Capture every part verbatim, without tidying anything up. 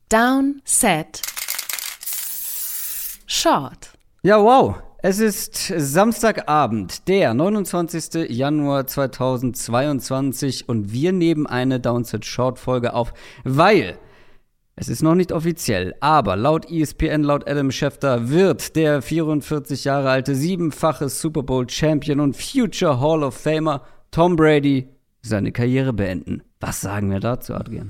Down, Set, Short. Ja, wow. Es ist Samstagabend, der neunundzwanzigster Januar zweitausendzweiundzwanzig und wir nehmen eine Downset-Short-Folge auf, weil es ist noch nicht offiziell, aber laut E S P N, laut Adam Schefter, wird der vierundvierzig Jahre alte, siebenfache Super Bowl-Champion und Future Hall of Famer Tom Brady seine Karriere beenden. Was sagen wir dazu, Adrian?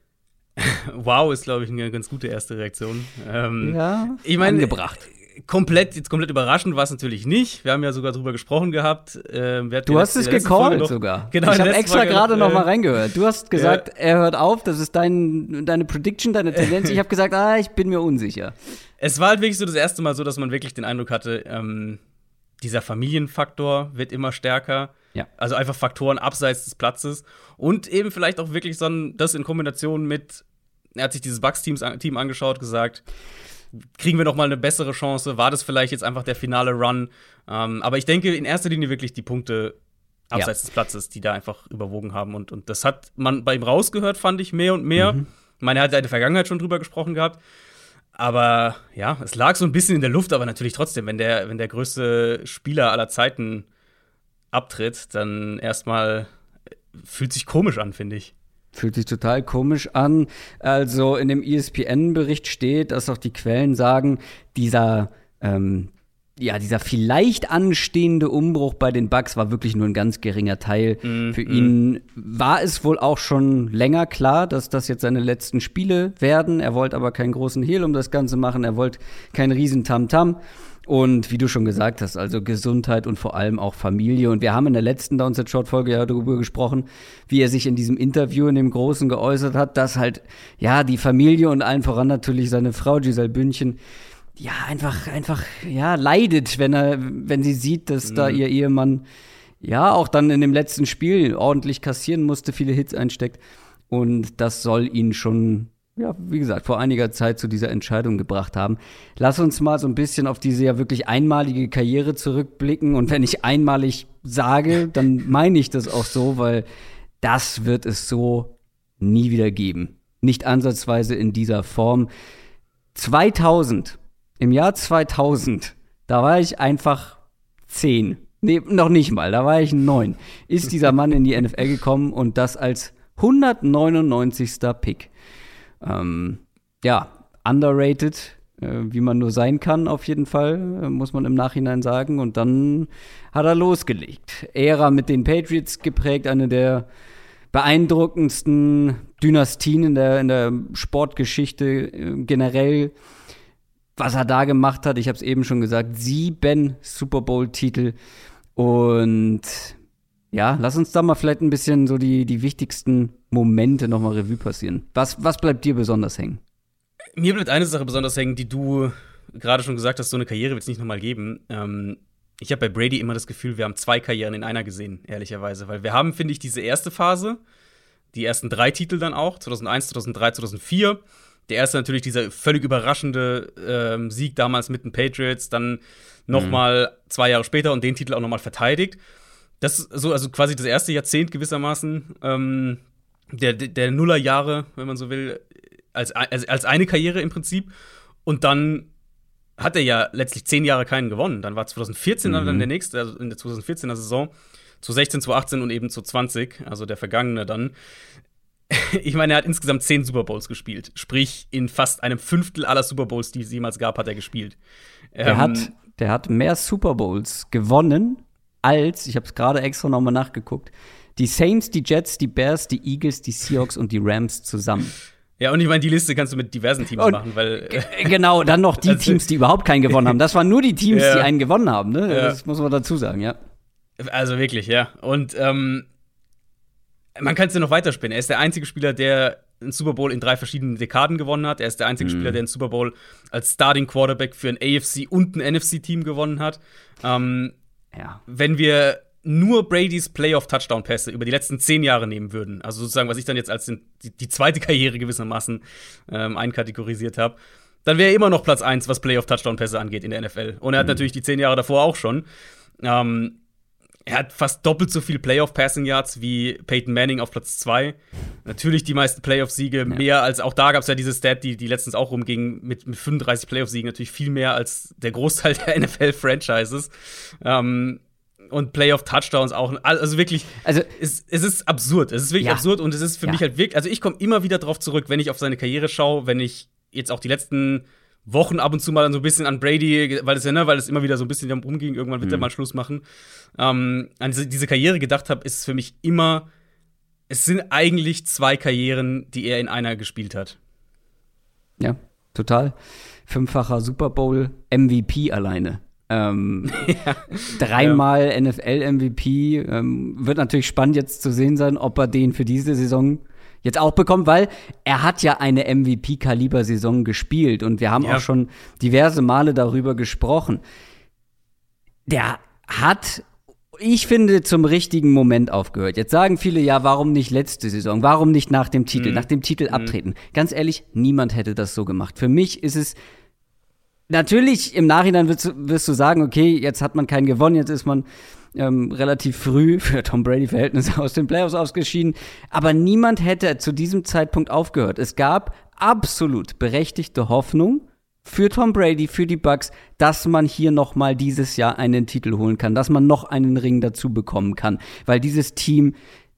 Wow, ist, glaube ich, eine ganz gute erste Reaktion. Ähm, ja, ich mein, angebracht. Komplett, jetzt komplett überraschend war es natürlich nicht. Wir haben ja sogar drüber gesprochen gehabt. Äh, du hast es gecallt sogar. Genau, ich habe extra gerade noch, äh, noch mal reingehört. Du hast gesagt, ja. er hört auf. Das ist dein, deine Prediction, deine Tendenz. Ich habe gesagt, ah, ich bin mir unsicher. Es war halt wirklich so das erste Mal so, dass man wirklich den Eindruck hatte, ähm, dieser Familienfaktor wird immer stärker. Ja. Also einfach Faktoren abseits des Platzes. Und eben vielleicht auch wirklich so ein, das in Kombination mit, er hat sich dieses Bucks-Team angeschaut, gesagt, kriegen wir noch mal eine bessere Chance? War das vielleicht jetzt einfach der finale Run? Ähm, aber ich denke in erster Linie wirklich die Punkte abseits ja. des Platzes, die da einfach überwogen haben. Und, und das hat man bei ihm rausgehört, fand ich, mehr und mehr. Mhm. Ich meine, er hat ja in der Vergangenheit schon drüber gesprochen gehabt. Aber ja, es lag so ein bisschen in der Luft. Aber natürlich trotzdem, wenn der, wenn der größte Spieler aller Zeiten abtritt, dann erstmal fühlt sich komisch an, finde ich. Fühlt sich total komisch an. Also in dem E S P N-Bericht steht, dass auch die Quellen sagen, dieser, ähm, ja, dieser vielleicht anstehende Umbruch bei den Bucks war wirklich nur ein ganz geringer Teil. Mm, Für mm. ihn war es wohl auch schon länger klar, dass das jetzt seine letzten Spiele werden. Er wollte aber keinen großen Hehl um das Ganze machen. Er wollte keinen riesen Tamtam. Und wie du schon gesagt hast, also Gesundheit und vor allem auch Familie. Und wir haben in der letzten Downset-Short-Folge ja darüber gesprochen, wie er sich in diesem Interview in dem Großen geäußert hat, dass halt, ja, die Familie und allen voran natürlich seine Frau Gisele Bündchen, ja, einfach, einfach, ja, leidet, wenn er, wenn sie sieht, dass mhm. da ihr Ehemann, ja, auch dann in dem letzten Spiel ordentlich kassieren musste, viele Hits einsteckt. Und das soll ihn schon, ja, wie gesagt, vor einiger Zeit zu dieser Entscheidung gebracht haben. Lass uns mal so ein bisschen auf diese ja wirklich einmalige Karriere zurückblicken. Und wenn ich einmalig sage, dann meine ich das auch so, weil das wird es so nie wieder geben. Nicht ansatzweise in dieser Form. zweitausend, im Jahr zweitausend, da war ich einfach zehn. Nee, noch nicht mal, da war ich neun. Ist dieser Mann in die N F L gekommen und das als hundertneunundneunzigster Pick. Ähm, ja, underrated, äh, wie man nur sein kann, auf jeden Fall, äh, muss man im Nachhinein sagen. Und dann hat er losgelegt. Ära mit den Patriots geprägt, eine der beeindruckendsten Dynastien in der, in der Sportgeschichte äh, generell. Was er da gemacht hat, ich habe es eben schon gesagt, sieben Super Bowl-Titel. Und ja, lass uns da mal vielleicht ein bisschen so die, die wichtigsten Momente nochmal Revue passieren. Was, was bleibt dir besonders hängen? Mir bleibt eine Sache besonders hängen, die du gerade schon gesagt hast, so eine Karriere wird es nicht nochmal geben. Ähm, ich habe bei Brady immer das Gefühl, wir haben zwei Karrieren in einer gesehen, ehrlicherweise. Weil wir haben, finde ich, diese erste Phase, die ersten drei Titel dann auch, zweitausendeins, zweitausenddrei, zweitausendvier. Der erste natürlich dieser völlig überraschende ähm, Sieg damals mit den Patriots, dann nochmal mhm. zwei Jahre später und den Titel auch nochmal verteidigt. Das ist so, also quasi das erste Jahrzehnt gewissermaßen ähm, der, der Nullerjahre, wenn man so will, als, als, als eine Karriere im Prinzip. Und dann hat er ja letztlich zehn Jahre keinen gewonnen. Dann war zweitausendvierzehn mhm. dann der nächste, also in der zweitausendvierzehner Saison, zweitausendsechzehn, zweitausendachtzehn und eben zweitausendzwanzig, also der vergangene dann. Ich meine, er hat insgesamt zehn Super Bowls gespielt. Sprich, in fast einem Fünftel aller Super Bowls, die es jemals gab, hat er gespielt. Der, ähm, hat, der hat mehr Super Bowls gewonnen als, ich habe es gerade extra nochmal nachgeguckt, die Saints, die Jets, die Bears, die Eagles, die Seahawks und die Rams zusammen. Ja, und ich meine, die Liste kannst du mit diversen Teams und machen, weil g- Genau, dann noch die Teams, die überhaupt keinen gewonnen haben. Das waren nur die Teams, ja. die einen gewonnen haben, ne? Ja. Das muss man dazu sagen, ja. Also wirklich, ja. Und ähm, man kann es ja noch weiterspinnen. Er ist der einzige Spieler, der einen Super Bowl in drei verschiedenen Dekaden gewonnen hat. Er ist der einzige mhm. Spieler, der einen Super Bowl als Starting Quarterback für ein A F C und ein N F C-Team gewonnen hat. Ähm, ja. Wenn wir nur Bradys Playoff-Touchdown-Pässe über die letzten zehn Jahre nehmen würden, also sozusagen, was ich dann jetzt als die, die zweite Karriere gewissermaßen ähm, einkategorisiert habe, dann wäre er immer noch Platz eins, was Playoff-Touchdown-Pässe angeht in der N F L. Und er hat mhm. natürlich die zehn Jahre davor auch schon. Ähm, Er hat fast doppelt so viel Playoff-Passing-Yards wie Peyton Manning auf Platz zwei. Natürlich die meisten Playoff-Siege, ja. mehr als, auch da gab es ja diese Stat, die, die letztens auch rumging, mit, mit fünfunddreißig Playoff-Siegen, natürlich viel mehr als der Großteil der N F L-Franchises. Ähm, und Playoff-Touchdowns auch. Also wirklich, also, es, es ist absurd. Es ist wirklich ja. absurd und es ist für ja. mich halt wirklich, also ich komme immer wieder drauf zurück, wenn ich auf seine Karriere schaue, wenn ich jetzt auch die letzten Wochen ab und zu mal dann so ein bisschen an Brady, weil es ja, ne, weil es immer wieder so ein bisschen darum rumging, irgendwann wird mhm. er mal Schluss machen, ähm, an diese, diese Karriere gedacht habe, ist es für mich immer, es sind eigentlich zwei Karrieren, die er in einer gespielt hat. Ja, total. Fünffacher Super Bowl M V P alleine. Ähm, ja. Dreimal ja. N F L-M V P. Ähm, wird natürlich spannend jetzt zu sehen sein, ob er den für diese Saison jetzt auch bekommt, weil er hat ja eine M V P-Kaliber-Saison gespielt und wir haben ja. auch schon diverse Male darüber gesprochen. Der hat, ich finde, zum richtigen Moment aufgehört. Jetzt sagen viele, ja, warum nicht letzte Saison? Warum nicht nach dem Titel? Mhm. Nach dem Titel abtreten? Mhm. Ganz ehrlich, niemand hätte das so gemacht. Für mich ist es natürlich, im Nachhinein wirst du, wirst du sagen, okay, jetzt hat man keinen gewonnen, jetzt ist man ähm, relativ früh für Tom Brady-Verhältnisse aus den Playoffs ausgeschieden. Aber niemand hätte zu diesem Zeitpunkt aufgehört. Es gab absolut berechtigte Hoffnung für Tom Brady, für die Bucks, dass man hier noch mal dieses Jahr einen Titel holen kann, dass man noch einen Ring dazu bekommen kann. Weil dieses Team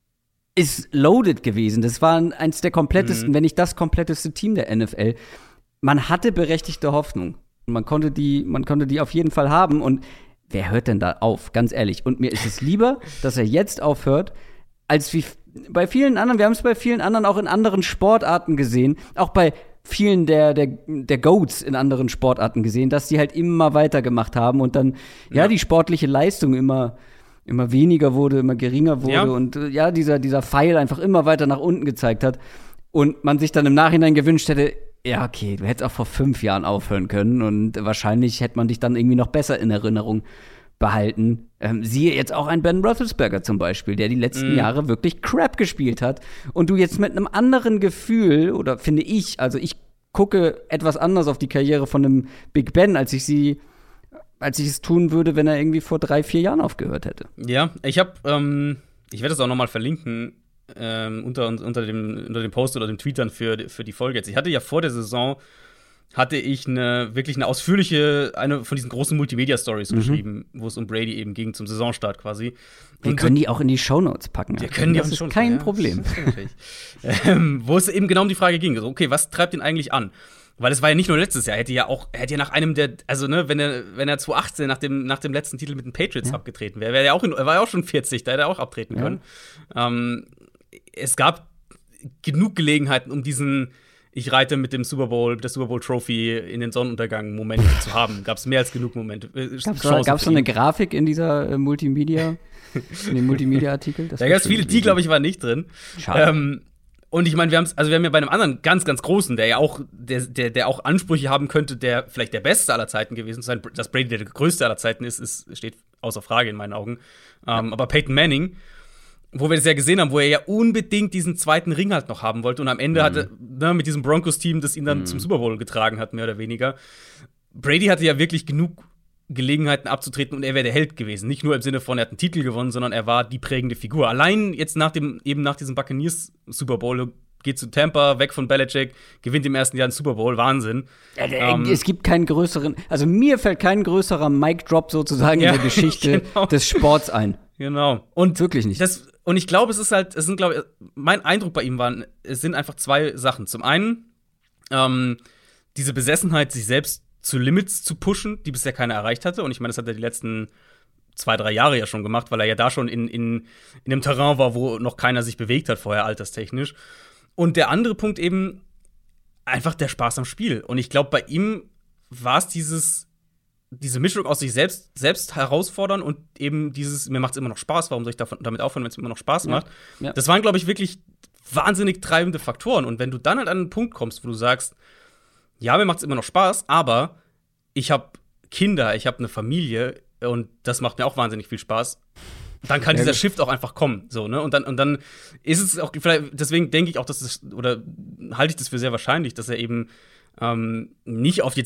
ist loaded gewesen. Das war eins der komplettesten, mhm. wenn nicht das kompletteste Team der N F L. Man hatte berechtigte Hoffnung. Man konnte die, man konnte die auf jeden Fall haben. Und wer hört denn da auf? Ganz ehrlich. Und mir ist es lieber, dass er jetzt aufhört, als wie bei vielen anderen. Wir haben es bei vielen anderen auch in anderen Sportarten gesehen. Auch bei vielen der, der, der Goats in anderen Sportarten gesehen, dass die halt immer weitergemacht haben und dann, ja, ja die sportliche Leistung immer, immer weniger wurde, immer geringer wurde. Ja. Und ja, dieser, dieser Pfeil einfach immer weiter nach unten gezeigt hat. Und man sich dann im Nachhinein gewünscht hätte, ja, okay, du hättest auch vor fünf Jahren aufhören können und wahrscheinlich hätte man dich dann irgendwie noch besser in Erinnerung behalten. Ähm, siehe jetzt auch ein Ben Roethlisberger zum Beispiel, der die letzten mm. Jahre wirklich Crap gespielt hat und du jetzt mit einem anderen Gefühl, oder finde ich, also ich gucke etwas anders auf die Karriere von einem Big Ben, als ich sie, als ich es tun würde, wenn er irgendwie vor drei, vier Jahren aufgehört hätte. Ja, ich habe, ähm, ich werde das auch noch mal verlinken, Ähm, unter, unter, dem, unter dem Post oder dem Tweet dann für, für die Folge jetzt. Ich hatte ja vor der Saison, hatte ich eine wirklich eine ausführliche, eine von diesen großen Multimedia-Stories mhm. geschrieben, wo es um Brady eben ging, zum Saisonstart quasi. Wir können die auch in die Shownotes packen. Wir können die das auch in die Shownotes packen. Das ist kein ja, Problem. ähm, wo es eben genau um die Frage ging, so, okay, was treibt ihn eigentlich an? Weil es war ja nicht nur letztes Jahr, er hätte ja auch, er hätte ja nach einem der, also ne, wenn er, wenn er zwanzig achtzehn nach dem, nach dem letzten Titel mit den Patriots ja. abgetreten wäre, wäre er auch in, er war ja auch schon vierzig, da hätte er auch abtreten ja. können. Ähm, es gab genug Gelegenheiten, um diesen ich reite mit dem Super Bowl, der Super Bowl Trophy in den Sonnenuntergang Momente zu haben. Gab es mehr als genug Momente. Gab es so eine Grafik in dieser äh, Multimedia, in dem Multimedia-Artikel? Da gab es viele, die, glaube ich, waren nicht drin. Schade. Ähm, und ich meine, wir haben es, also wir haben ja bei einem anderen ganz, ganz großen, der ja auch, der, der, der auch Ansprüche haben könnte, der vielleicht der Beste aller Zeiten gewesen sein, dass Brady der Größte aller Zeiten ist, ist steht außer Frage in meinen Augen. Ähm, ja. Aber Peyton Manning, wo wir das ja gesehen haben, wo er ja unbedingt diesen zweiten Ring halt noch haben wollte und am Ende mhm. hatte, ne, mit diesem Broncos-Team, das ihn dann mhm. zum Super Bowl getragen hat, mehr oder weniger. Brady hatte ja wirklich genug Gelegenheiten abzutreten und er wäre der Held gewesen. Nicht nur im Sinne von, er hat einen Titel gewonnen, sondern er war die prägende Figur. Allein jetzt nach dem, eben nach diesem Buccaneers Super Bowl, geht zu Tampa, weg von Belichick, gewinnt im ersten Jahr einen Super Bowl, Wahnsinn. Ähm, es gibt keinen größeren, also mir fällt kein größerer Mic-Drop sozusagen ja, in der Geschichte genau. des Sports ein. Genau. Und wirklich nicht. Das, und ich glaube, es ist halt, es sind, glaube ich, mein Eindruck bei ihm war, es sind einfach zwei Sachen. Zum einen, ähm, diese Besessenheit, sich selbst zu Limits zu pushen, die bisher keiner erreicht hatte. Und ich meine, das hat er die letzten zwei, drei Jahre ja schon gemacht, weil er ja da schon in, in, in einem Terrain war, wo noch keiner sich bewegt hat vorher, alterstechnisch. Und der andere Punkt eben, einfach der Spaß am Spiel. Und ich glaube, bei ihm war es dieses diese Mischung aus sich selbst, selbst herausfordern und eben dieses, mir macht es immer noch Spaß, warum soll ich davon, damit aufhören, wenn es immer noch Spaß macht. Ja. Ja. Das waren, glaube ich, wirklich wahnsinnig treibende Faktoren. Und wenn du dann halt an einen Punkt kommst, wo du sagst, ja, mir macht es immer noch Spaß, aber ich habe Kinder, ich habe eine Familie und das macht mir auch wahnsinnig viel Spaß, dann kann ja, dieser Shift auch einfach kommen. So, ne? Und dann, und dann ist es auch, vielleicht, deswegen denke ich auch, dass es, oder halte ich das für sehr wahrscheinlich, dass er eben ähm, nicht auf jetzt auf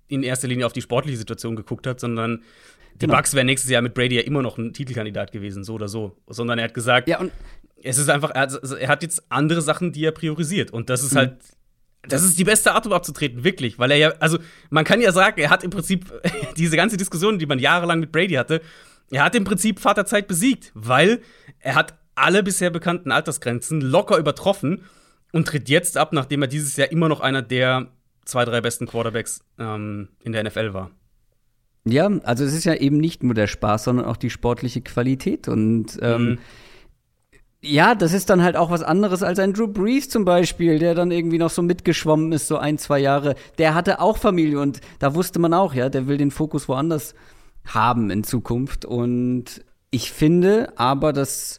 in erster Linie auf die sportliche Situation geguckt hat, sondern die Genau. Bucks wären nächstes Jahr mit Brady ja immer noch ein Titelkandidat gewesen, so oder so. Sondern er hat gesagt, Ja, und es ist einfach, er hat, also er hat jetzt andere Sachen, die er priorisiert. Und das ist Mhm. halt, das ist die beste Art, um abzutreten, wirklich. Weil er ja, also man kann ja sagen, er hat im Prinzip diese ganze Diskussion, die man jahrelang mit Brady hatte, er hat im Prinzip Vaterzeit besiegt, weil er hat alle bisher bekannten Altersgrenzen locker übertroffen und tritt jetzt ab, nachdem er dieses Jahr immer noch einer der zwei, drei besten Quarterbacks ähm, in der N F L war. ja, also es ist ja eben nicht nur der Spaß, sondern auch die sportliche Qualität. Und ähm, Mhm. ja, das ist dann halt auch was anderes als ein Drew Brees zum Beispiel, der dann irgendwie noch so mitgeschwommen ist, so ein, zwei Jahre. Der hatte auch Familie und da wusste man auch, ja, der will den Fokus woanders haben in Zukunft. Und ich finde aber, dass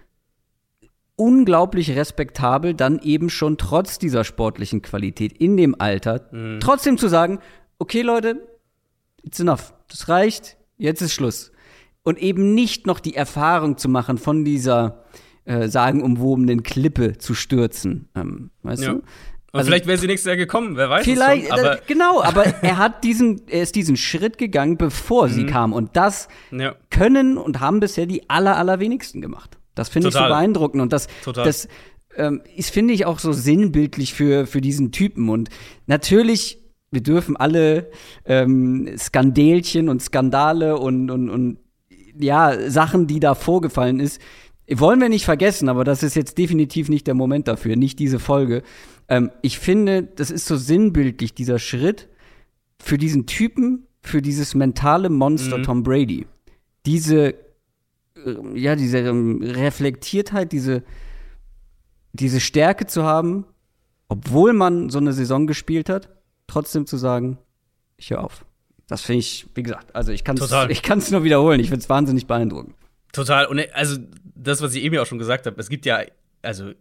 unglaublich respektabel, dann eben schon trotz dieser sportlichen Qualität in dem Alter, Mhm. trotzdem zu sagen, okay, Leute, it's enough, das reicht, jetzt ist Schluss. Und eben nicht noch die Erfahrung zu machen, von dieser äh, sagenumwobenen Klippe zu stürzen. Ähm, weißt Ja. du? Und Also- vielleicht wäre sie nächstes Jahr gekommen, wer weiß Vielleicht, es schon. Aber äh, genau, aber er hat diesen, er ist diesen Schritt gegangen, bevor sie Mhm. kam. Und das ja, können und haben bisher die aller, allerwenigsten gemacht. Das finde ich so Total. beeindruckend. Und das, Total. das ähm, ist, finde ich, auch so sinnbildlich für, für diesen Typen. Und natürlich, wir dürfen alle ähm, Skandälchen und Skandale und, und, und ja, Sachen, die da vorgefallen ist, wollen wir nicht vergessen, aber das ist jetzt definitiv nicht der Moment dafür, nicht diese Folge. Ähm, ich finde, das ist so sinnbildlich, dieser Schritt für diesen Typen, für dieses mentale Monster Mhm. Tom Brady. Diese, äh, ja, diese ähm, Reflektiertheit, diese, diese Stärke zu haben, obwohl man so eine Saison gespielt hat, trotzdem zu sagen, ich höre auf. Das finde ich, wie gesagt, also ich kann es Total. ich kann's nur wiederholen. Ich finde es wahnsinnig beeindruckend. total. Und also das, was ich eben ja auch schon gesagt habe, es gibt ja, also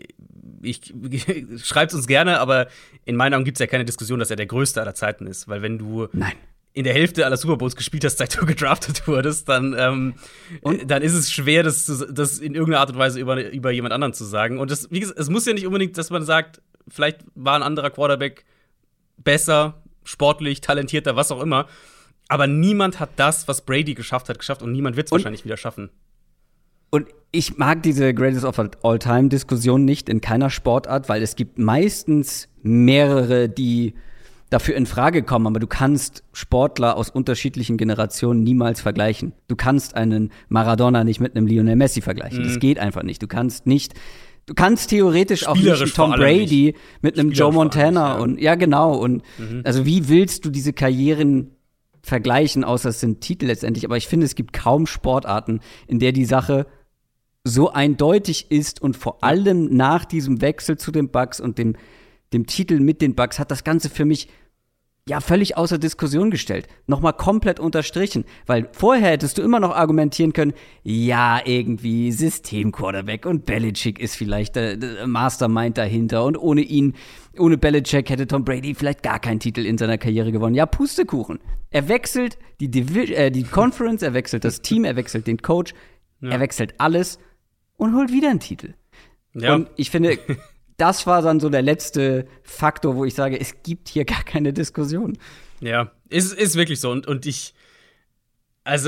ich schreibt uns gerne, aber in meinen Augen gibt es ja keine Diskussion, dass er der Größte aller Zeiten ist. Weil wenn du Nein. in der Hälfte aller Super Bowls gespielt hast, seit du gedraftet wurdest, dann, ähm, Und- dann ist es schwer, das, zu- das in irgendeiner Art und Weise über, über jemand anderen zu sagen. Und das, wie gesagt, es muss ja nicht unbedingt, dass man sagt, vielleicht war ein anderer Quarterback besser, sportlich, talentierter, was auch immer. Aber niemand hat das, was Brady geschafft hat, geschafft und niemand wird es Und- wahrscheinlich wieder schaffen. Und ich mag diese Greatest of All Time-Diskussion nicht in keiner Sportart, weil es gibt meistens mehrere, die dafür in Frage kommen, aber du kannst Sportler aus unterschiedlichen Generationen niemals vergleichen. Du kannst einen Maradona nicht mit einem Lionel Messi vergleichen. Das Mhm. geht einfach nicht. Du kannst nicht, du kannst theoretisch auch nicht Spielerisch einen Tom vor allem Brady mit einem Spielerisch Joe vor allem Montana nicht, ja. und ja genau und Mhm. also wie willst du diese Karrieren vergleichen, außer es sind Titel letztendlich, aber ich finde, es gibt kaum Sportarten, in der die Sache so eindeutig ist und vor allem nach diesem Wechsel zu den Bucks und dem, dem Titel mit den Bucks hat das Ganze für mich ja völlig außer Diskussion gestellt. Nochmal komplett unterstrichen, weil vorher hättest du immer noch argumentieren können, ja, irgendwie System-Quarterback und Belichick ist vielleicht der, der Mastermind dahinter und ohne ihn, ohne Belichick hätte Tom Brady vielleicht gar keinen Titel in seiner Karriere gewonnen. Ja, Pustekuchen. Er wechselt die, Divi- äh, die Conference, er wechselt das Team, er wechselt den Coach, Ja. er wechselt alles und holt wieder einen Titel. Ja. Und ich finde, das war dann so der letzte Faktor, wo ich sage, es gibt hier gar keine Diskussion. Ja, ist, ist wirklich so. Und, und ich, also,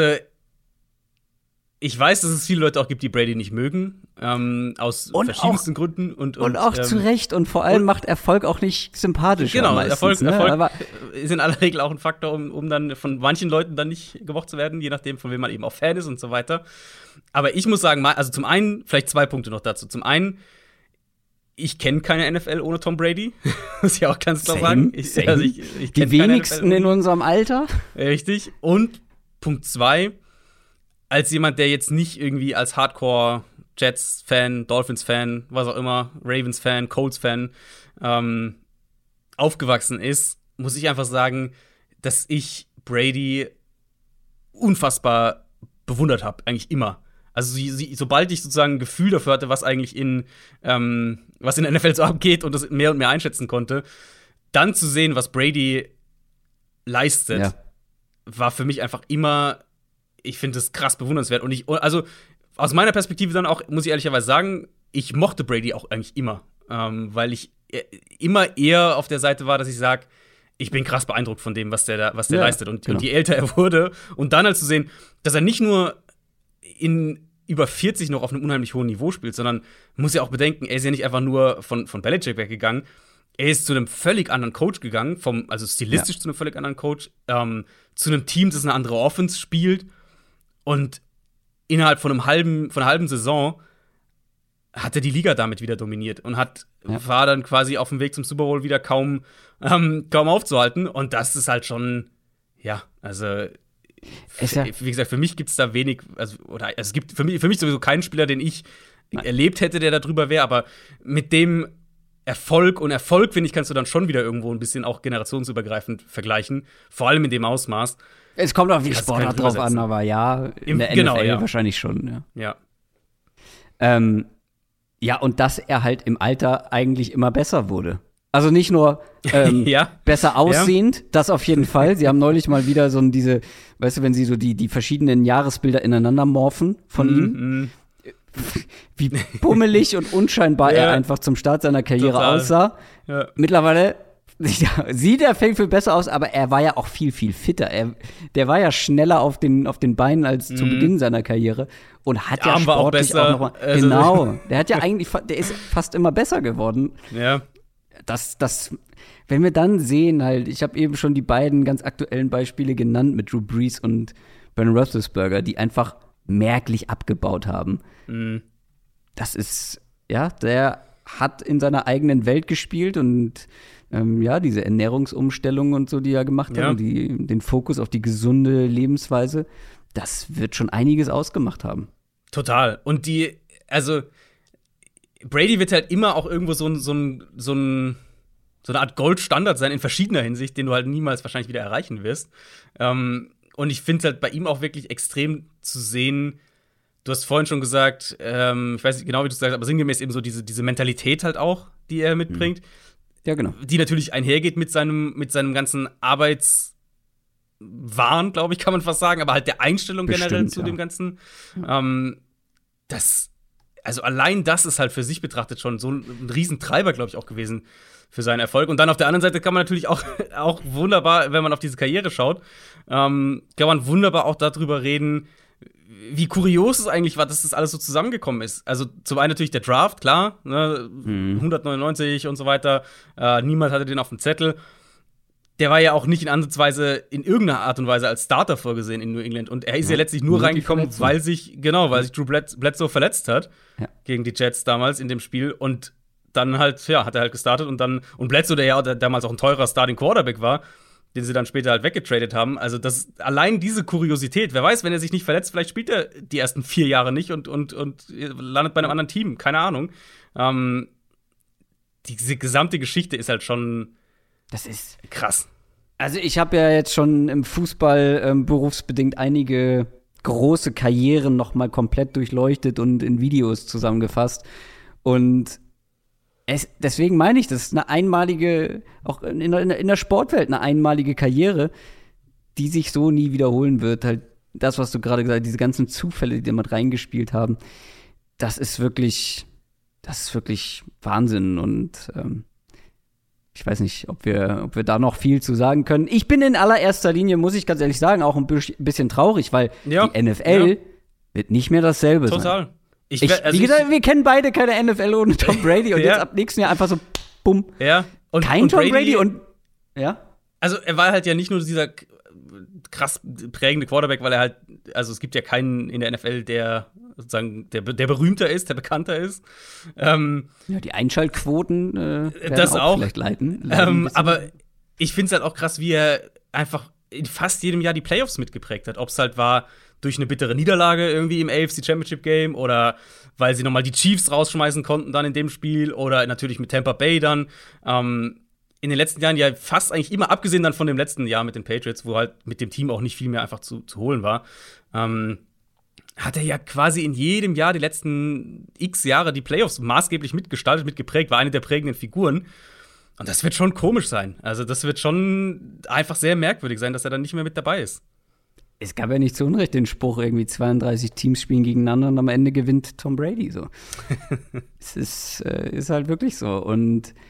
ich weiß, dass es viele Leute auch gibt, die Brady nicht mögen, ähm, aus Und verschiedensten Gründen. Und, und, Und auch ähm, zu Recht. Und vor allem und- macht Erfolg auch nicht sympathisch. Genau, meistens, Erfolg, ne? Erfolg Aber ist in aller Regel auch ein Faktor, um, um dann von manchen Leuten dann nicht gemocht zu werden, je nachdem, von wem man eben auch Fan ist und so weiter. Aber ich muss sagen, mal- also zum einen, vielleicht zwei Punkte noch dazu. Zum einen, ich kenne keine N F L ohne Tom Brady. Muss ich auch ganz klar Same, sagen. Ich, same. also ich, ich die kenn keine wenigsten N F L in ohne- unserem Alter. Richtig. Und Punkt zwei, als jemand, der jetzt nicht irgendwie als Hardcore Jets-Fan, Dolphins-Fan, was auch immer, Ravens-Fan, Colts-Fan ähm, aufgewachsen ist, muss ich einfach sagen, dass ich Brady unfassbar bewundert habe, eigentlich immer. Also sie, sie, sobald ich sozusagen ein Gefühl dafür hatte, was eigentlich in ähm, was in der N F L so abgeht und das mehr und mehr einschätzen konnte, dann zu sehen, was Brady leistet, Ja. war für mich einfach immer, ich finde es krass bewundernswert. Und ich, also aus meiner Perspektive dann auch, muss ich ehrlicherweise sagen, ich mochte Brady auch eigentlich immer. Ähm, weil ich äh, immer eher auf der Seite war, dass ich sage, ich bin krass beeindruckt von dem, was der da, was der ja, leistet. Und, genau. und je älter er wurde, und dann halt zu sehen, dass er nicht nur in über vierzig noch auf einem unheimlich hohen Niveau spielt, sondern muss ja auch bedenken, er ist ja nicht einfach nur von, von Belichick weggegangen, er ist zu einem völlig anderen Coach gegangen, vom, also stilistisch ja. zu einem völlig anderen Coach, ähm, zu einem Team, das eine andere Offense spielt, und innerhalb von einem halben, von einer halben Saison hat er die Liga damit wieder dominiert und hat, ja. war dann quasi auf dem Weg zum Super Bowl wieder kaum, ähm, kaum aufzuhalten. Und das ist halt schon, ja, also, ja wie gesagt, für mich gibt es da wenig, also, oder also es gibt für mich, für mich sowieso keinen Spieler, den ich Nein. erlebt hätte, der da drüber wäre, aber mit dem Erfolg und Erfolg, finde ich, kannst du dann schon wieder irgendwo ein bisschen auch generationsübergreifend vergleichen, vor allem in dem Ausmaß. Es kommt auch wie Sportart drauf an, aber ja, in Im, der genau, N F L ja. wahrscheinlich schon, ja. Ja. Ähm, Ja, und dass er halt im Alter eigentlich immer besser wurde. Also nicht nur ähm, ja. besser aussehend, ja. das auf jeden Fall. Sie haben neulich mal wieder so diese, weißt du, wenn sie so die, die verschiedenen Jahresbilder ineinander morphen von mm, ihm, mm. wie pummelig und unscheinbar ja. er einfach zum Start seiner Karriere Total. aussah. Ja. Mittlerweile sieht er viel, viel besser aus, aber er war ja auch viel, viel fitter. Er, der war ja schneller auf den, auf den Beinen als mm. zu Beginn seiner Karriere und hat ja sportlich auch, auch noch mal, also genau, der hat ja eigentlich, der ist fast immer besser geworden. Ja. Das, das, wenn wir dann sehen halt, ich habe eben schon die beiden ganz aktuellen Beispiele genannt mit Drew Brees und Ben Roethlisberger, die einfach merklich abgebaut haben. Mm. Das ist, ja, der hat in seiner eigenen Welt gespielt und ähm, ja, diese Ernährungsumstellung und so, die er gemacht ja. hat, und die, den Fokus auf die gesunde Lebensweise, das wird schon einiges ausgemacht haben. Total. Und die, also Brady wird halt immer auch irgendwo so ein, so ein, so ein, so eine Art Goldstandard sein in verschiedener Hinsicht, den du halt niemals wahrscheinlich wieder erreichen wirst. Ähm, und ich finde es halt bei ihm auch wirklich extrem zu sehen. Du hast vorhin schon gesagt, ähm, ich weiß nicht genau, wie du es sagst, aber sinngemäß eben so diese, diese Mentalität halt auch, die er mitbringt. Ja, genau. Die natürlich einhergeht mit seinem, mit seinem ganzen Arbeitswahn, glaube ich, kann man fast sagen, aber halt der Einstellung Bestimmt, generell zu ja. dem Ganzen. Ja. Ähm, das, also allein das ist halt für sich betrachtet schon so ein Riesentreiber, glaube ich, auch gewesen für seinen Erfolg. Und dann auf der anderen Seite kann man natürlich auch, auch wunderbar, wenn man auf diese Karriere schaut, ähm, kann man wunderbar auch darüber reden, wie kurios es eigentlich war, dass das alles so zusammengekommen ist. Also zum einen natürlich der Draft, klar, ne, mhm. hundertneunundneunzig und so weiter. Äh, niemand hatte den auf dem Zettel. Der war ja auch nicht in Ansatzweise in irgendeiner Art und Weise als Starter vorgesehen in New England. Und er ist ja, ja letztlich nur reingekommen, weil sich, genau, weil sich Drew Bledsoe verletzt hat ja. gegen die Jets damals in dem Spiel. Und dann halt, ja, hat er halt gestartet und dann, und Bledsoe, der ja damals auch ein teurer Starting Quarterback war, den sie dann später halt weggetradet haben. Also das, allein diese Kuriosität, wer weiß, wenn er sich nicht verletzt, vielleicht spielt er die ersten vier Jahre nicht und, und, und landet bei einem anderen Team, keine Ahnung. Ähm, diese gesamte Geschichte ist halt schon das ist krass. Also ich habe ja jetzt schon im Fußball ähm, berufsbedingt einige große Karrieren noch mal komplett durchleuchtet und in Videos zusammengefasst. Und Es, deswegen meine ich, das ist eine einmalige, auch in der, in der Sportwelt eine einmalige Karriere, die sich so nie wiederholen wird. Halt das, was du gerade gesagt hast, diese ganzen Zufälle, die damit reingespielt haben, das ist wirklich, das ist wirklich Wahnsinn. Und ähm, ich weiß nicht, ob wir, ob wir da noch viel zu sagen können. Ich bin in allererster Linie, muss ich ganz ehrlich sagen, auch ein bisschen traurig, weil ja, die N F L ja. wird nicht mehr dasselbe Total. sein. Ich, ich, also wie gesagt, ich, wir kennen beide keine N F L ohne Tom Brady und ja. jetzt ab nächsten Jahr einfach so, bumm. Ja. Und, Kein und Tom Brady, Brady und, ja. Also er war halt ja nicht nur dieser krass prägende Quarterback, weil er halt, also es gibt ja keinen in der N F L, der sozusagen, der, der berühmter ist, der bekannter ist. Ähm, ja, die Einschaltquoten äh, werden das auch, auch vielleicht leiten. Ähm, aber ich finde es halt auch krass, wie er einfach in fast jedem Jahr die Playoffs mitgeprägt hat. Ob es halt war durch eine bittere Niederlage irgendwie im A F C Championship Game oder weil sie nochmal die Chiefs rausschmeißen konnten dann in dem Spiel oder natürlich mit Tampa Bay dann. Ähm, in den letzten Jahren ja fast eigentlich immer, abgesehen dann von dem letzten Jahr mit den Patriots, wo halt mit dem Team auch nicht viel mehr einfach zu, zu holen war, ähm, hat er ja quasi in jedem Jahr die letzten x Jahre die Playoffs maßgeblich mitgestaltet, mitgeprägt, war eine der prägenden Figuren. Und das wird schon komisch sein. Also das wird schon einfach sehr merkwürdig sein, dass er dann nicht mehr mit dabei ist. Es gab ja nicht zu Unrecht den Spruch, irgendwie zweiunddreißig Teams spielen gegeneinander und am Ende gewinnt Tom Brady so. Es ist, äh, ist halt wirklich so. Und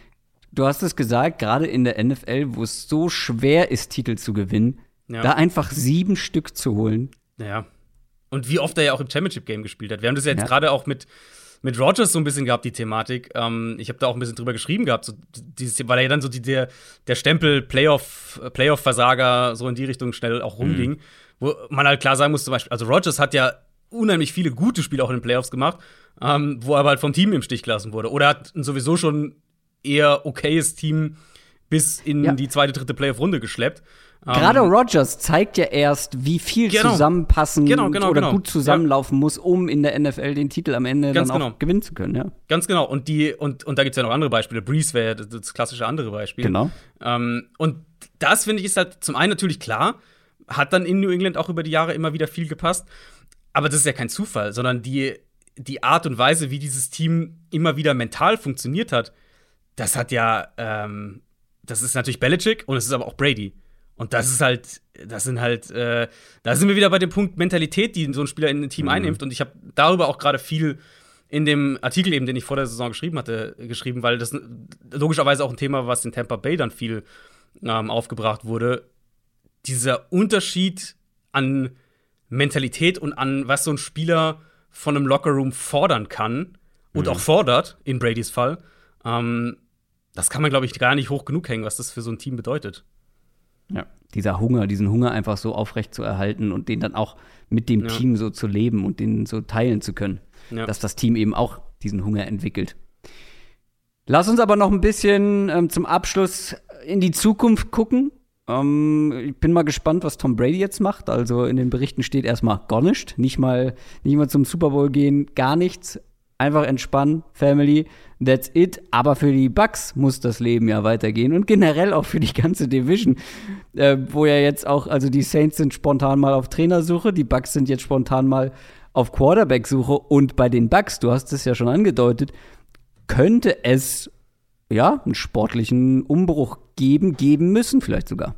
du hast es gesagt, gerade in der N F L, wo es so schwer ist, Titel zu gewinnen, ja. da einfach sieben Stück zu holen. Ja. Und wie oft er ja auch im Championship-Game gespielt hat. Wir haben das ja jetzt ja. gerade auch mit, mit Rodgers so ein bisschen gehabt, die Thematik. Ähm, ich habe da auch ein bisschen drüber geschrieben gehabt, so dieses, weil er ja dann so die, der, der Stempel Playoff, Playoff-Versager so in die Richtung schnell auch rumging. Mhm. Wo man halt klar sagen muss, zum Beispiel, also Rodgers hat ja unheimlich viele gute Spiele auch in den Playoffs gemacht, ähm, wo er aber halt vom Team im Stich gelassen wurde. Oder hat ein sowieso schon eher okayes Team bis in ja. die zweite, dritte Playoff-Runde geschleppt. Gerade um, Rodgers zeigt ja erst, wie viel genau. zusammenpassen genau, genau, oder genau. gut zusammenlaufen ja. muss, um in der N F L den Titel am Ende Ganz dann auch genau. gewinnen zu können. Ja. Ganz genau. Und, die, und, und da gibt es ja noch andere Beispiele. Breeze wäre ja das, das klassische andere Beispiel. Genau. Ähm, und das, finde ich, ist halt zum einen natürlich klar, hat dann in New England auch über die Jahre immer wieder viel gepasst. Aber das ist ja kein Zufall, sondern die, die Art und Weise, wie dieses Team immer wieder mental funktioniert hat, das hat ja, ähm, das ist natürlich Belichick und es ist aber auch Brady. Und das ist halt, das sind halt, äh, da sind wir wieder bei dem Punkt Mentalität, die so ein Spieler in ein Team mhm. einnimmt. Und ich habe darüber auch gerade viel in dem Artikel eben, den ich vor der Saison geschrieben hatte, geschrieben, weil das logischerweise auch ein Thema, was in Tampa Bay dann viel ähm, aufgebracht wurde. Dieser Unterschied an Mentalität und an, was so ein Spieler von einem Lockerroom fordern kann und mhm. auch fordert, in Bradys Fall, ähm, das kann man, glaube ich, gar nicht hoch genug hängen, was das für so ein Team bedeutet. Ja, dieser Hunger, diesen Hunger einfach so aufrecht zu erhalten und den dann auch mit dem ja. Team so zu leben und den so teilen zu können. Ja. Dass das Team eben auch diesen Hunger entwickelt. Lass uns aber noch ein bisschen ähm, zum Abschluss in die Zukunft gucken. Ähm, ich bin mal gespannt, was Tom Brady jetzt macht. Also in den Berichten steht erstmal gar nichts. Nicht mal, nicht mal zum Super Bowl gehen, gar nichts. Einfach entspannen, Family, that's it. Aber für die Bucks muss das Leben ja weitergehen und generell auch für die ganze Division, äh, wo ja jetzt auch, also die Saints sind spontan mal auf Trainersuche, die Bucks sind jetzt spontan mal auf Quarterback-Suche und bei den Bucks, du hast es ja schon angedeutet, könnte es ja einen sportlichen Umbruch geben, geben müssen vielleicht sogar.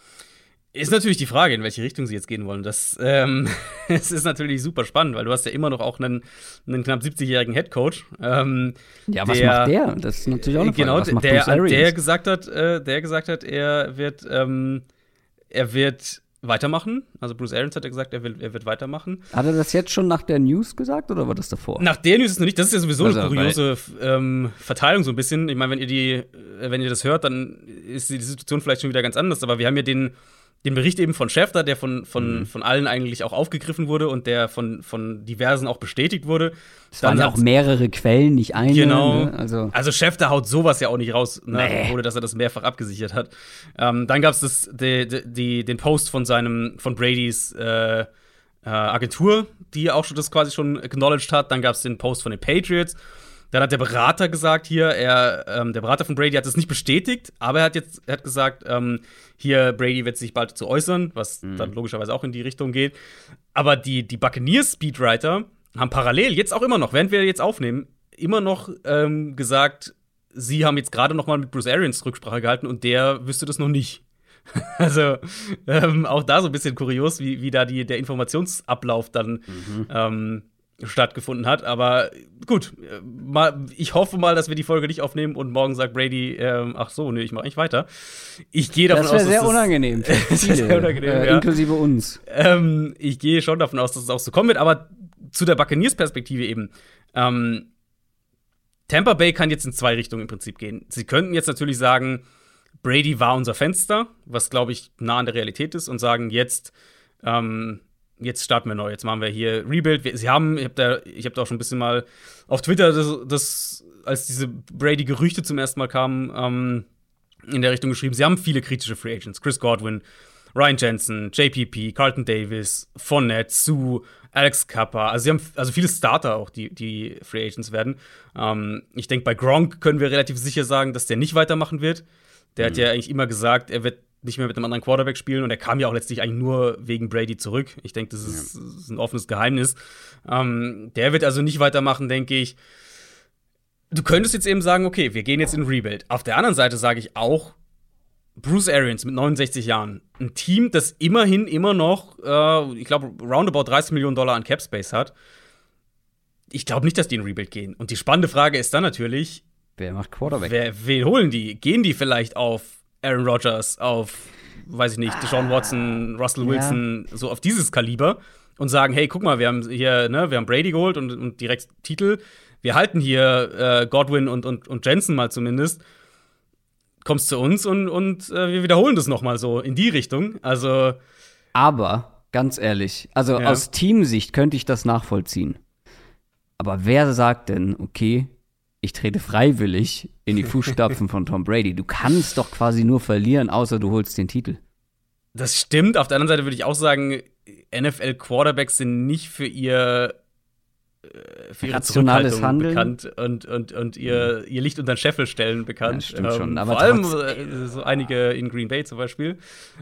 Ist natürlich die Frage, in welche Richtung sie jetzt gehen wollen. Das ähm, es ist natürlich super spannend, weil du hast ja immer noch auch einen, einen knapp siebzigjährigen Headcoach. Ähm, ja, was der, macht der? Das ist natürlich auch eine Frage. Genau, was macht der, Bruce Arians? der gesagt hat, äh, der gesagt hat, er wird, ähm, er wird weitermachen. Also Bruce Arians hat ja gesagt, er, will, er wird weitermachen. Hat er das jetzt schon nach der News gesagt oder war das davor? Nach der News ist es noch nicht. Das ist ja sowieso also, eine kuriose ähm, Verteilung so ein bisschen. Ich meine, wenn ihr die, wenn ihr das hört, dann ist die Situation vielleicht schon wieder ganz anders. Aber wir haben ja den Den Bericht eben von Schefter, der von, von, mhm. von allen eigentlich auch aufgegriffen wurde und der von, von diversen auch bestätigt wurde. Es waren ja auch mehrere Quellen, nicht eine. Genau. Ne? Also, also Schefter haut sowas ja auch nicht raus, ne? Nee. Ohne dass er das mehrfach abgesichert hat. Ähm, dann gab es die, die, den Post von seinem, von Bradys äh, äh, Agentur, die auch schon das quasi schon acknowledged hat. Dann gab es den Post von den Patriots. Dann hat der Berater gesagt hier, er, ähm, der Berater von Brady hat es nicht bestätigt, aber er hat jetzt, er hat gesagt, ähm, hier, Brady wird sich bald zu äußern, was mhm. dann logischerweise auch in die Richtung geht. Aber die, die Buccaneers-Speedwriter haben parallel, jetzt auch immer noch, während wir jetzt aufnehmen, immer noch ähm, gesagt, sie haben jetzt gerade noch mal mit Bruce Arians Rücksprache gehalten und der wüsste das noch nicht. Also ähm, auch da so ein bisschen kurios, wie, wie da die, der Informationsablauf dann mhm. ähm, stattgefunden hat, aber gut, mal, ich hoffe mal, dass wir die Folge nicht aufnehmen und morgen sagt Brady, ähm, ach so, nee, ich mache nicht weiter. Ich gehe davon das aus, dass sehr unangenehm für das viele, sehr unangenehm, äh, ja. inklusive uns. Ähm, ich gehe schon davon aus, dass es auch so kommen wird, aber zu der Buccaneers-Perspektive eben. Ähm, Tampa Bay kann jetzt in zwei Richtungen im Prinzip gehen. Sie könnten jetzt natürlich sagen, Brady war unser Fenster, was, glaube ich, nah an der Realität ist, und sagen, jetzt ähm, Jetzt starten wir neu. Jetzt machen wir hier Rebuild. Wir, sie haben, ich habe da, ich hab da auch schon ein bisschen mal auf Twitter, das, das als diese Brady-Gerüchte zum ersten Mal kamen, ähm, in der Richtung geschrieben. Sie haben viele kritische Free Agents. Chris Godwin, Ryan Jensen, J P P, Carlton Davis, Fournette, Sue, Alex Kappa. Also sie haben also viele Starter auch, die, die Free Agents werden. Ähm, ich denke, bei Gronk können wir relativ sicher sagen, dass der nicht weitermachen wird. Der mhm. hat ja eigentlich immer gesagt, er wird nicht mehr mit einem anderen Quarterback spielen, und er kam ja auch letztlich eigentlich nur wegen Brady zurück. Ich denke, das ist, ja. das ist ein offenes Geheimnis. Ähm, der wird also nicht weitermachen, denke ich. Du könntest jetzt eben sagen, okay, wir gehen jetzt in Rebuild. Auf der anderen Seite sage ich auch, Bruce Arians mit neunundsechzig Jahren, ein Team, das immerhin immer noch, äh, ich glaube, roundabout dreißig Millionen Dollar an Cap Space hat. Ich glaube nicht, dass die in Rebuild gehen. Und die spannende Frage ist dann natürlich, Wer macht Quarterback? Wer, wen holen die? Gehen die vielleicht auf Aaron Rodgers, auf, weiß ich nicht, Deshaun Watson, Russell Wilson, ja. so auf dieses Kaliber und sagen, hey, guck mal, wir haben hier, ne, wir haben Brady geholt und, und direkt Titel. Wir halten hier äh, Godwin und, und, und Jensen mal zumindest. Kommst zu uns und, und äh, wir wiederholen das noch mal so in die Richtung. Also Aber, ganz ehrlich, also ja. aus Teamsicht könnte ich das nachvollziehen. Aber wer sagt denn, okay, ich trete freiwillig in die Fußstapfen von Tom Brady? Du kannst doch quasi nur verlieren, außer du holst den Titel. Das stimmt. Auf der anderen Seite würde ich auch sagen, N F L-Quarterbacks sind nicht für ihr für ihre rationales Zurückhaltung Handeln bekannt und, und, und ihr, ihr Licht unter den Scheffel stellen bekannt. Ja, stimmt ähm, schon. Aber vor allem äh, so einige in Green Bay zum Beispiel.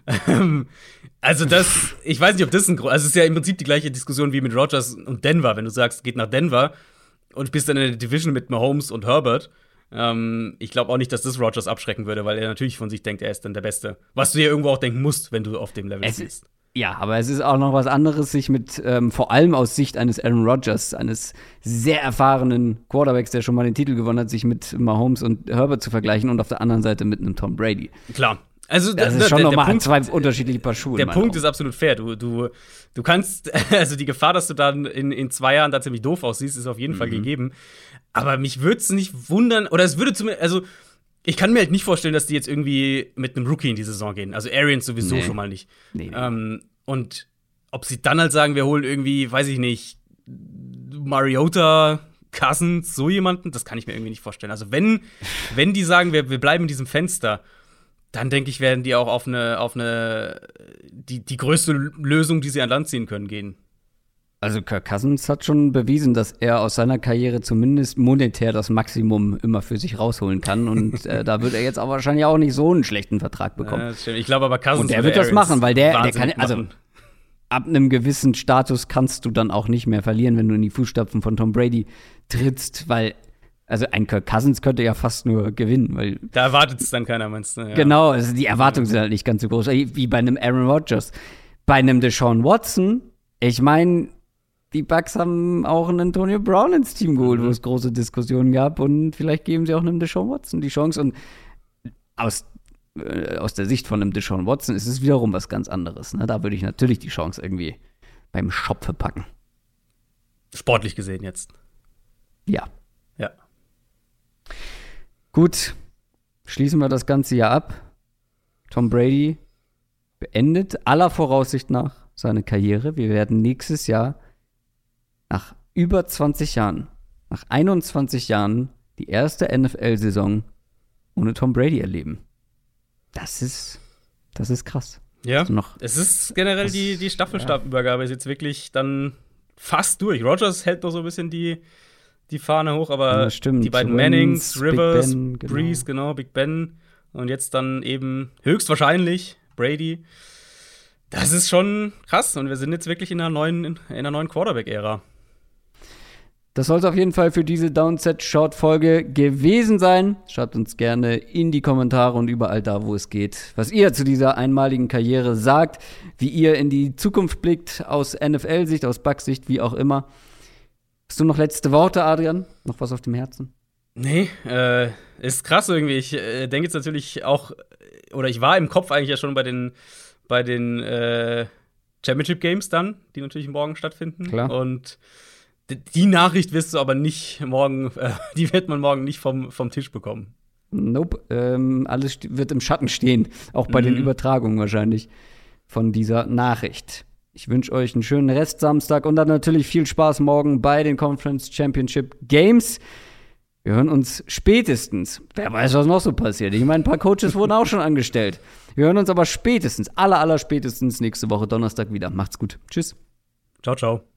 Also das, ich weiß nicht, ob das ein Grund, also es ist ja im Prinzip die gleiche Diskussion wie mit Rodgers und Denver, wenn du sagst, geht nach Denver und bist dann in der Division mit Mahomes und Herbert. Ähm, ich glaube auch nicht, dass das Rodgers abschrecken würde, weil er natürlich von sich denkt, er ist dann der Beste. Was du ja irgendwo auch denken musst, wenn du auf dem Level bist. Ja, aber es ist auch noch was anderes, sich mit, ähm, vor allem aus Sicht eines Aaron Rodgers, eines sehr erfahrenen Quarterbacks, der schon mal den Titel gewonnen hat, sich mit Mahomes und Herbert zu vergleichen und auf der anderen Seite mit einem Tom Brady. Klar. Also, das da, ist schon der, nochmal Punkt, zwei unterschiedliche Paar Schuhe. Der Punkt Augen. ist absolut fair. Du, du, du kannst, also die Gefahr, dass du dann in, in zwei Jahren da ziemlich doof aussiehst, ist auf jeden mhm. Fall gegeben. Aber mich würde es nicht wundern, oder es würde zumindest, also ich kann mir halt nicht vorstellen, dass die jetzt irgendwie mit einem Rookie in die Saison gehen. Also Arians sowieso nee. schon mal nicht. Nee, nee. Ähm, und ob sie dann halt sagen, wir holen irgendwie, weiß ich nicht, Mariota, Cousins, so jemanden, das kann ich mir irgendwie nicht vorstellen. Also wenn, wenn die sagen, wir, wir bleiben in diesem Fenster, dann denke ich, werden die auch auf eine, auf eine die, die größte Lösung, die sie an Land ziehen können, gehen. Also Kirk Cousins hat schon bewiesen, dass er aus seiner Karriere zumindest monetär das Maximum immer für sich rausholen kann. Und äh, da wird er jetzt auch wahrscheinlich auch nicht so einen schlechten Vertrag bekommen. Ja, das stimmt. Ich glaube aber Cousins und der wird das machen, weil der, der kann, also ab einem gewissen Status kannst du dann auch nicht mehr verlieren, wenn du in die Fußstapfen von Tom Brady trittst, weil also ein Kirk Cousins könnte ja fast nur gewinnen, weil da erwartet es dann keiner, meinst du? Ja. Genau, also die Erwartungen sind halt nicht ganz so groß, wie bei einem Aaron Rodgers. Bei einem Deshaun Watson, ich meine, die Bucks haben auch einen Antonio Brown ins Team geholt, mhm. wo es große Diskussionen gab und vielleicht geben sie auch einem Deshaun Watson die Chance und aus äh, aus der Sicht von einem Deshaun Watson ist es wiederum was ganz anderes. Ne? Da würde ich natürlich die Chance irgendwie beim Schopfe packen. Sportlich gesehen jetzt. Ja. Ja. Gut, schließen wir das Ganze hier ab. Tom Brady beendet aller Voraussicht nach seine Karriere. Wir werden nächstes Jahr nach über zwanzig Jahren, nach einundzwanzig Jahren, die erste N F L-Saison ohne Tom Brady erleben. Das ist, das ist krass. Ja, also noch, es ist generell das, die, die Staffelstabübergabe ist jetzt wirklich dann fast durch. Rodgers hält noch so ein bisschen die, die Fahne hoch, aber ja, stimmt. Die beiden Mannings, Rivers, Ben, genau. Breeze, genau, Big Ben und jetzt dann eben höchstwahrscheinlich Brady. Das ist schon krass und wir sind jetzt wirklich in einer neuen, in einer neuen Quarterback-Ära. Das soll es auf jeden Fall für diese Downset-Short-Folge gewesen sein. Schreibt uns gerne in die Kommentare und überall da, wo es geht, was ihr zu dieser einmaligen Karriere sagt, wie ihr in die Zukunft blickt, aus N F L-Sicht, aus Bucs-Sicht, wie auch immer. Hast du noch letzte Worte, Adrian? Noch was auf dem Herzen? Nee, äh, ist krass irgendwie. Ich äh, denke jetzt natürlich auch, oder ich war im Kopf eigentlich ja schon bei den, bei den äh, Championship Games dann, die natürlich morgen stattfinden. Klar. Und die Nachricht wirst du aber nicht morgen, äh, die wird man morgen nicht vom, vom Tisch bekommen. Nope, ähm, alles st- wird im Schatten stehen, auch bei mhm. den Übertragungen wahrscheinlich von dieser Nachricht. Ich wünsche euch einen schönen Restsamstag und dann natürlich viel Spaß morgen bei den Conference Championship Games. Wir hören uns spätestens, wer weiß, was noch so passiert. Ich meine, ein paar Coaches wurden auch schon angestellt. Wir hören uns aber spätestens, aller, aller spätestens nächste Woche Donnerstag wieder. Macht's gut. Tschüss. Ciao, ciao.